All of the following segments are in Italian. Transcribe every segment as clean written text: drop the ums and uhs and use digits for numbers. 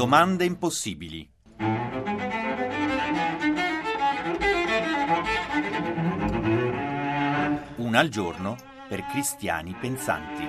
Domande impossibili. Una al giorno per cristiani pensanti.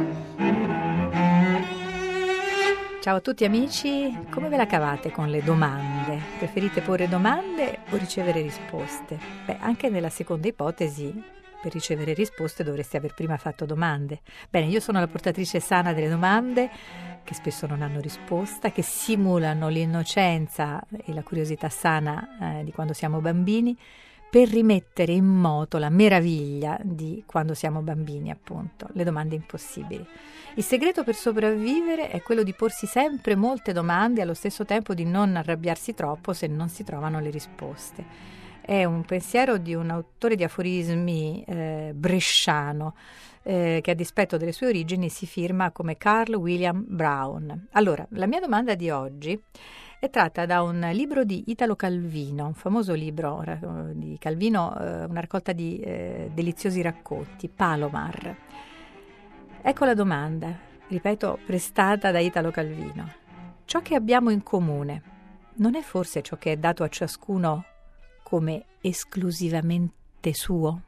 Ciao a tutti amici, come ve la cavate con le domande? Preferite porre domande o ricevere risposte? Anche nella seconda ipotesi, per ricevere risposte dovreste aver prima fatto domande. Bene, io sono la portatrice sana delle domande, che spesso non hanno risposta, che simulano l'innocenza e la curiosità sana di quando siamo bambini, per rimettere in moto la meraviglia di quando siamo bambini, appunto, le domande impossibili. Il segreto per sopravvivere è quello di porsi sempre molte domande e allo stesso tempo di non arrabbiarsi troppo se non si trovano le risposte. È un pensiero di un autore di aforismi bresciano che a dispetto delle sue origini si firma come Carl William Brown. Allora, la mia domanda di oggi è tratta da un libro di Italo Calvino, un famoso libro di Calvino, una raccolta di deliziosi racconti, Palomar. Ecco la domanda, ripeto, prestata da Italo Calvino. Ciò che abbiamo in comune non è forse ciò che è dato a ciascuno come esclusivamente suo?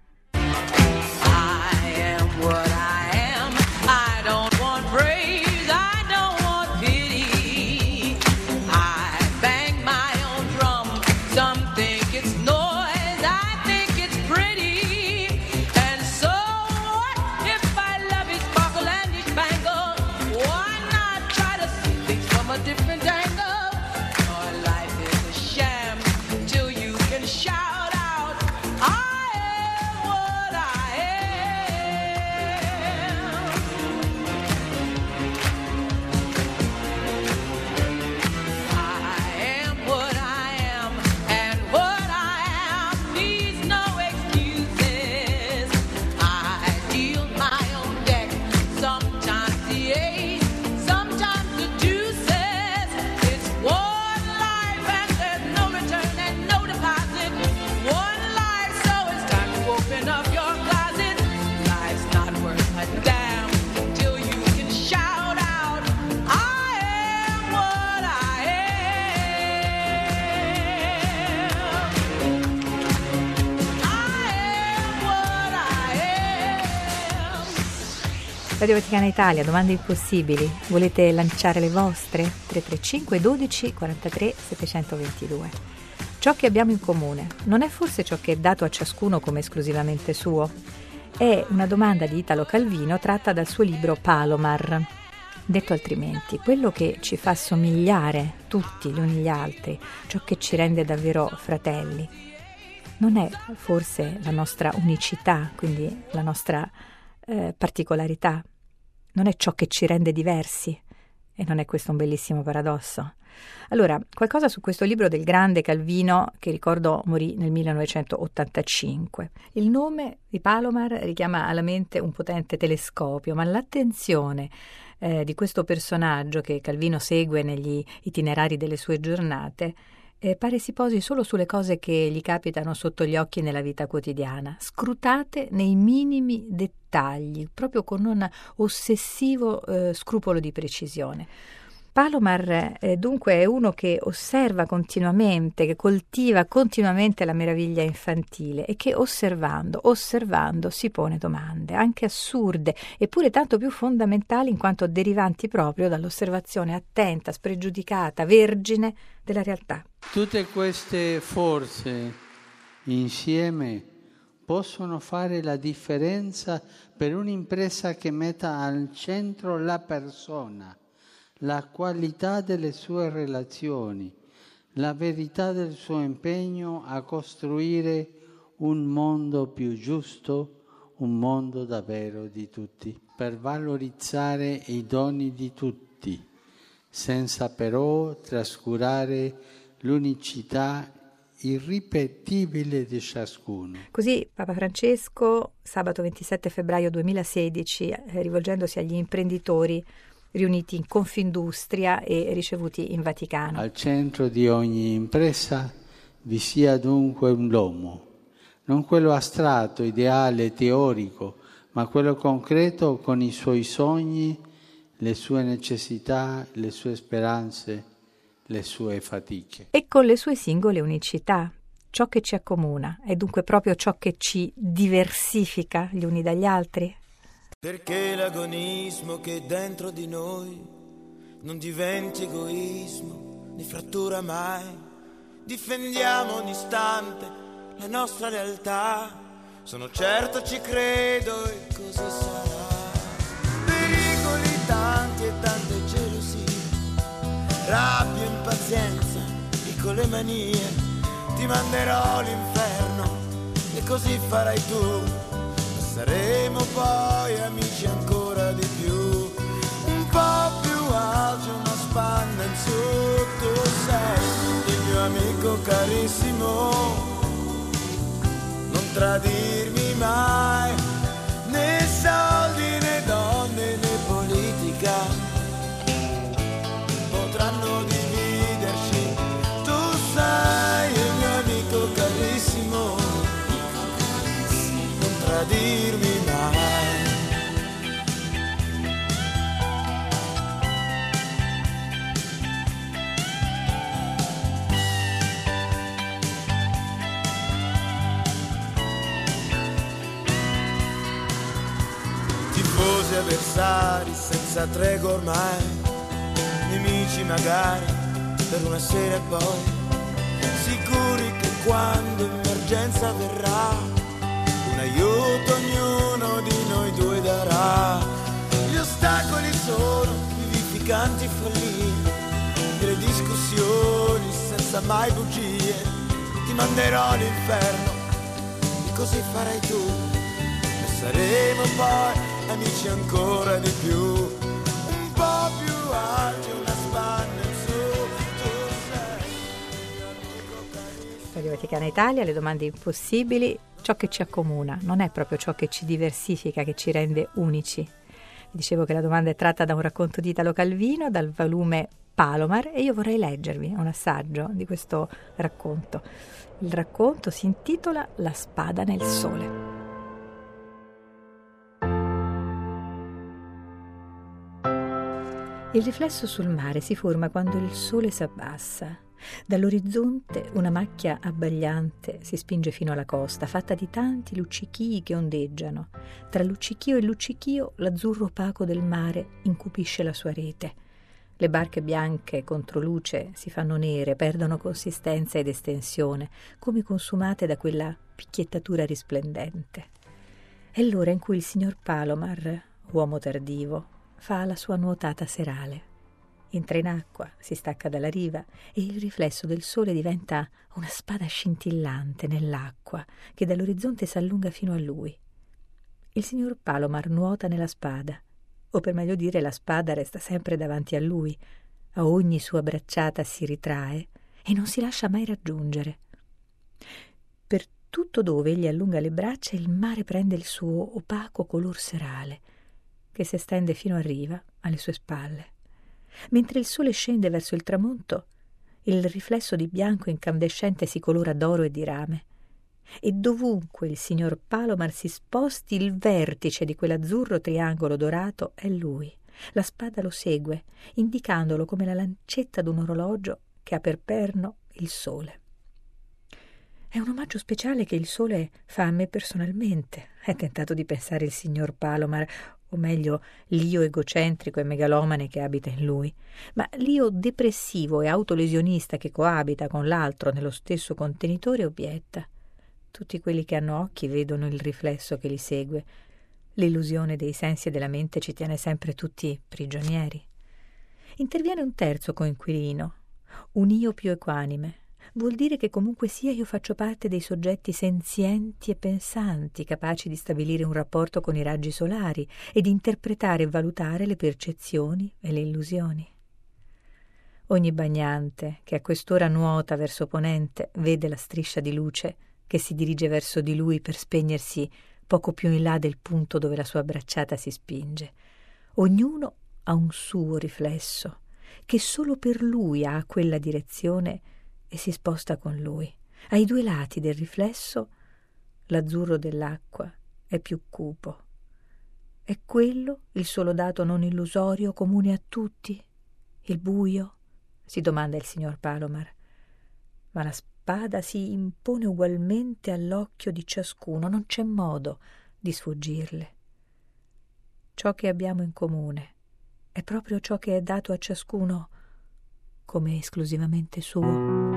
I am what I am. I don't want praise. I don't want pity. I bang my own drum. Some think it's noise. I think it's pretty. And so what if I love his sparkle and his bangle? Why not try to see things from a different angle? Your life is a sham till you can shout out, I am what I am. I am what I am, and what I am needs no excuses. I deal my own deck, sometimes the ace, sometimes the deuces. It's one life and there's no return and no deposit. One life, so it's time to open up your closet. Life's not worth a damn till you can shout out, I am what I am. I am what I am. Radio Vaticana Italia, domande impossibili. Volete lanciare le vostre? 335 12 43 722. Ciò che abbiamo in comune non è forse ciò che è dato a ciascuno come esclusivamente suo? È una domanda di Italo Calvino tratta dal suo libro Palomar. Detto altrimenti, quello che ci fa somigliare tutti gli uni agli altri, ciò che ci rende davvero fratelli, non è forse la nostra unicità, quindi la nostra particolarità? Non è ciò che ci rende diversi? E non è questo un bellissimo paradosso? Allora, qualcosa su questo libro del grande Calvino, che ricordo morì nel 1985. Il nome di Palomar richiama alla mente un potente telescopio, ma l'attenzione di questo personaggio che Calvino segue negli itinerari delle sue giornate pare si posi solo sulle cose che gli capitano sotto gli occhi nella vita quotidiana, scrutate nei minimi dettagli, proprio con un ossessivo scrupolo di precisione. Palomar dunque è uno che osserva continuamente, che coltiva continuamente la meraviglia infantile e che osservando si pone domande, anche assurde, eppure tanto più fondamentali in quanto derivanti proprio dall'osservazione attenta, spregiudicata, vergine della realtà. Tutte queste forze insieme possono fare la differenza per un'impresa che metta al centro la persona, la qualità delle sue relazioni, la verità del suo impegno a costruire un mondo più giusto, un mondo davvero di tutti, per valorizzare i doni di tutti, senza però trascurare l'unicità irripetibile di ciascuno. Così Papa Francesco, sabato 27 febbraio 2016, rivolgendosi agli imprenditori riuniti in Confindustria e ricevuti in Vaticano. Al centro di ogni impresa vi sia dunque l'uomo, non quello astratto, ideale, teorico, ma quello concreto con i suoi sogni, le sue necessità, le sue speranze le sue fatiche. E con le sue singole unicità. Ciò che ci accomuna è dunque proprio ciò che ci diversifica gli uni dagli altri? Perché l'agonismo che è dentro di noi non diventi egoismo, né frattura mai. Difendiamo ogni istante la nostra realtà, sono certo, ci credo e così sarà. Pericoli tanti e tante gelosie, rabbia, impazienza, piccole manie. Ti manderò all'inferno e così farai tu. Saremo poi amici ancora di più. Un po' più alto, una spanna in su. Tu sei il mio amico carissimo. Non tradirmi mai, né soldi né donne né politica potranno dividerci. Tu sei il mio amico carissimo, non tradirmi mai. Tifosi avversari senza tregua ormai, nemici magari per una sera e poi sicuri che quando emergenza verrà un aiuto ognuno di noi due darà. Gli ostacoli sono vivificanti follie, le discussioni senza mai bugie. Ti manderò all'inferno e così farai tu. E saremo poi amici ancora di più. Un po' più alti, una spanna in su. Tu sei il mio amico carissimo. Radio Vaticana Italia, le domande impossibili. Ciò che ci accomuna non è proprio ciò che ci diversifica, che ci rende unici. Vi dicevo che la domanda è tratta da un racconto di Italo Calvino, dal volume Palomar, e io vorrei leggervi un assaggio di questo racconto. Il racconto si intitola La spada nel sole. Il riflesso sul mare si forma quando il sole s'abbassa. Dall'orizzonte una macchia abbagliante si spinge fino alla costa, fatta di tanti luccichii che ondeggiano. Tra luccichio e luccichio l'azzurro opaco del mare incupisce la sua rete. Le barche bianche contro luce si fanno nere, perdono consistenza ed estensione, come consumate da quella picchiettatura risplendente. È l'ora in cui il signor Palomar, uomo tardivo, fa la sua nuotata serale. Entra in acqua, si stacca dalla riva e il riflesso del sole diventa una spada scintillante nell'acqua che dall'orizzonte s'allunga fino a lui. Il signor Palomar nuota nella spada, o per meglio dire la spada resta sempre davanti a lui, a ogni sua bracciata si ritrae e non si lascia mai raggiungere. Per tutto dove egli allunga le braccia il mare prende il suo opaco color serale, che si estende fino a riva alle sue spalle. Mentre il sole scende verso il tramonto, il riflesso di bianco incandescente si colora d'oro e di rame, e dovunque il signor Palomar si sposti il vertice di quell'azzurro triangolo dorato è lui. La spada lo segue, indicandolo come la lancetta d'un orologio che ha per perno il sole. È un omaggio speciale che il sole fa a me personalmente, è tentato di pensare il signor Palomar, o meglio l'io egocentrico e megalomane che abita in lui, ma l'io depressivo e autolesionista che coabita con l'altro nello stesso contenitore obietta. Tutti quelli che hanno occhi vedono il riflesso che li segue. L'illusione dei sensi e della mente ci tiene sempre tutti prigionieri. Interviene un terzo coinquilino, un io più equanime. Vuol dire che comunque sia io faccio parte dei soggetti senzienti e pensanti, capaci di stabilire un rapporto con i raggi solari e di interpretare e valutare le percezioni e le illusioni. Ogni bagnante che a quest'ora nuota verso ponente vede la striscia di luce che si dirige verso di lui per spegnersi poco più in là del punto dove la sua bracciata si spinge. Ognuno ha un suo riflesso che solo per lui ha quella direzione e si sposta con lui. Ai due lati del riflesso l'azzurro dell'acqua è più cupo. È quello il solo dato non illusorio comune a tutti? Il buio, si domanda il signor Palomar. Ma la spada si impone ugualmente all'occhio di ciascuno, non c'è modo di sfuggirle. Ciò che abbiamo in comune è proprio ciò che è dato a ciascuno come esclusivamente suo.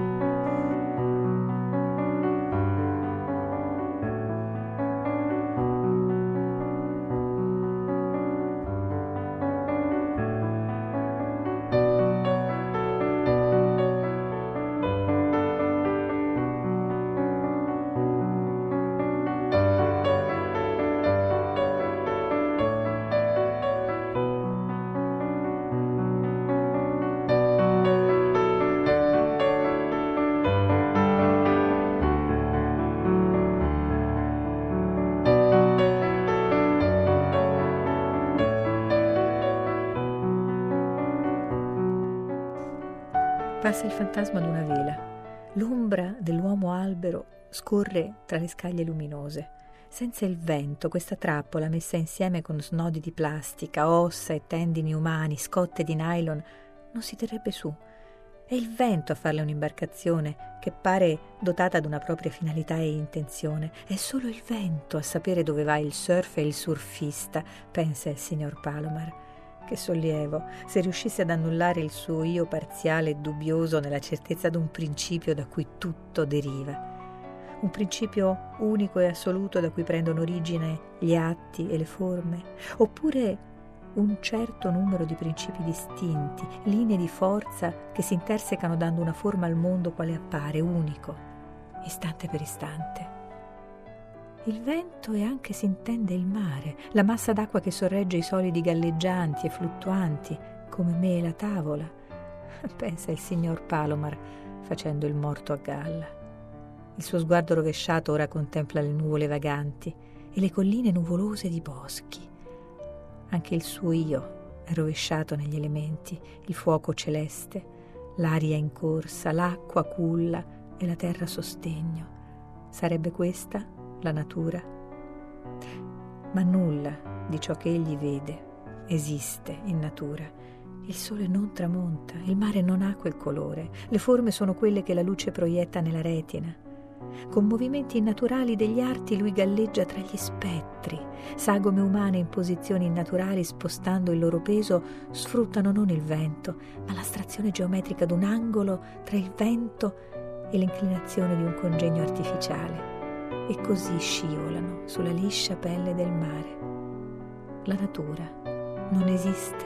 Passa il fantasma d'una vela. L'ombra dell'uomo albero scorre tra le scaglie luminose. Senza il vento, questa trappola messa insieme con snodi di plastica, ossa e tendini umani, scotte di nylon, non si terrebbe su. È il vento a farle un'imbarcazione che pare dotata d'una propria finalità e intenzione. È solo il vento a sapere dove va il surf e il surfista, pensa il signor Palomar. Che sollievo se riuscisse ad annullare il suo io parziale e dubbioso nella certezza d'un principio da cui tutto deriva. Un principio unico e assoluto da cui prendono origine gli atti e le forme, oppure un certo numero di principi distinti, linee di forza che si intersecano dando una forma al mondo quale appare, unico, istante per istante. Il vento e anche si intende il mare, la massa d'acqua che sorregge i solidi galleggianti e fluttuanti, come me e la tavola, pensa il signor Palomar, facendo il morto a galla. Il suo sguardo rovesciato ora contempla le nuvole vaganti e le colline nuvolose di boschi. Anche il suo io è rovesciato negli elementi, il fuoco celeste, l'aria in corsa, l'acqua culla e la terra sostegno. Sarebbe questa la natura? Ma nulla di ciò che egli vede esiste in natura. Il sole non tramonta, il mare non ha quel colore, le forme sono quelle che la luce proietta nella retina. Con movimenti innaturali degli arti lui galleggia tra gli spettri. Sagome umane in posizioni innaturali, spostando il loro peso, sfruttano non il vento, ma l'astrazione geometrica d'un angolo tra il vento e l'inclinazione di un congegno artificiale. E così scivolano sulla liscia pelle del mare. La natura non esiste.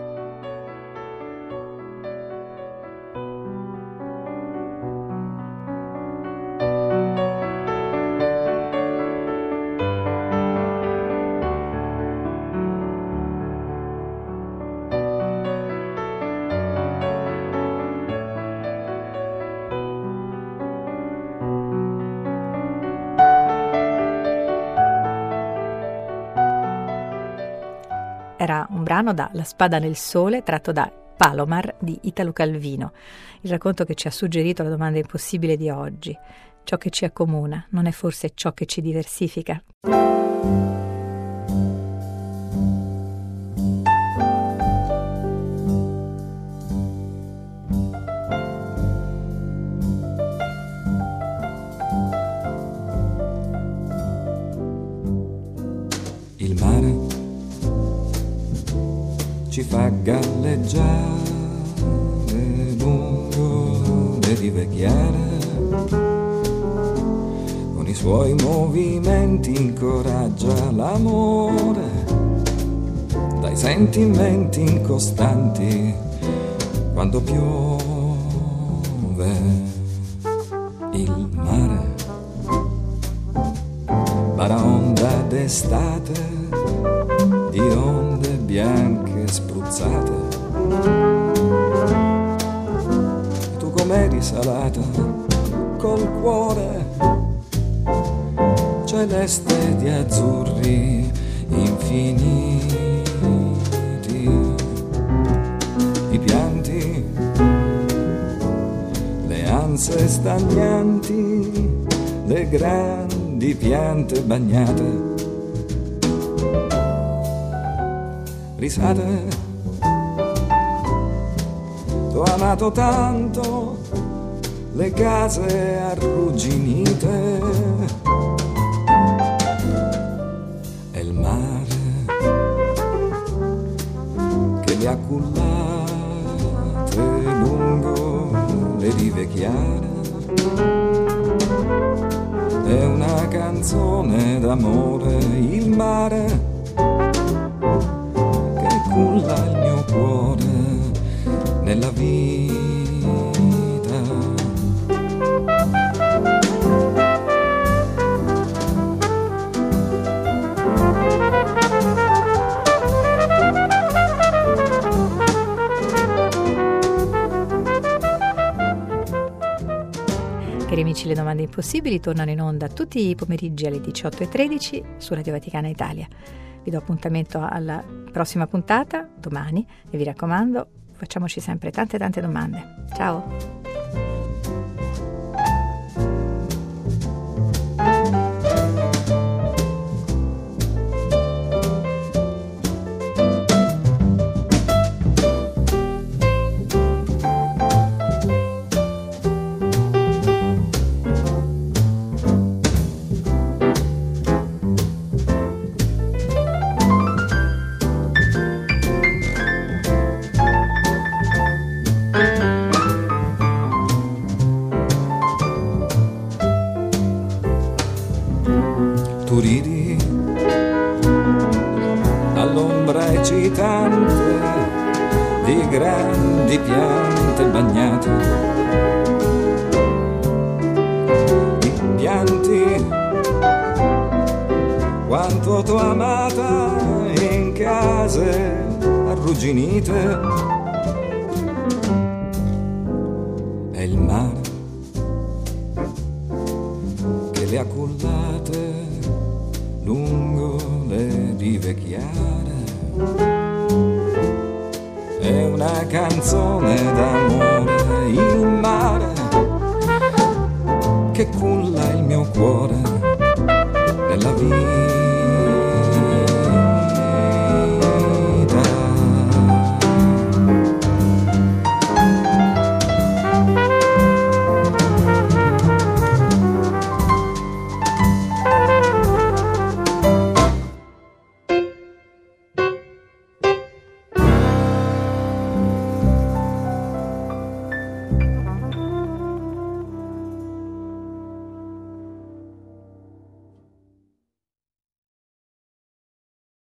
Era un brano da La spada nel sole, tratto da Palomar di Italo Calvino, il racconto che ci ha suggerito la domanda impossibile di oggi. Ciò che ci accomuna non è forse ciò che ci diversifica? Il mare ci fa galleggiare lungo le rive chiare, con i suoi movimenti incoraggia l'amore dai sentimenti incostanti quando piove. Il mare baraonda d'estate di onde bianche spruzzate. Tu com'eri salata col cuore celeste di azzurri infiniti. I pianti, le ansie stagnanti, le grandi piante bagnate. Risate, t'ho amato tanto, le case arrugginite e il mare che le ha cullate lungo le rive chiare. È una canzone d'amore, il mare che culla il mio cuore nella vita. Cari amici, le domande impossibili tornano in onda tutti i pomeriggi alle 18:13 su Radio Vaticana Italia. Vi do appuntamento alla prossima puntata, domani, e vi raccomando, facciamoci sempre tante domande. Ciao! Tu ridi all'ombra eccitante di grandi piante bagnate, di pianti quanto t'ho amata in case arrugginite, e il mare che le ha cullate lungo le rive chiare. È una canzone d'amore, il mare che culla il mio cuore nella vita.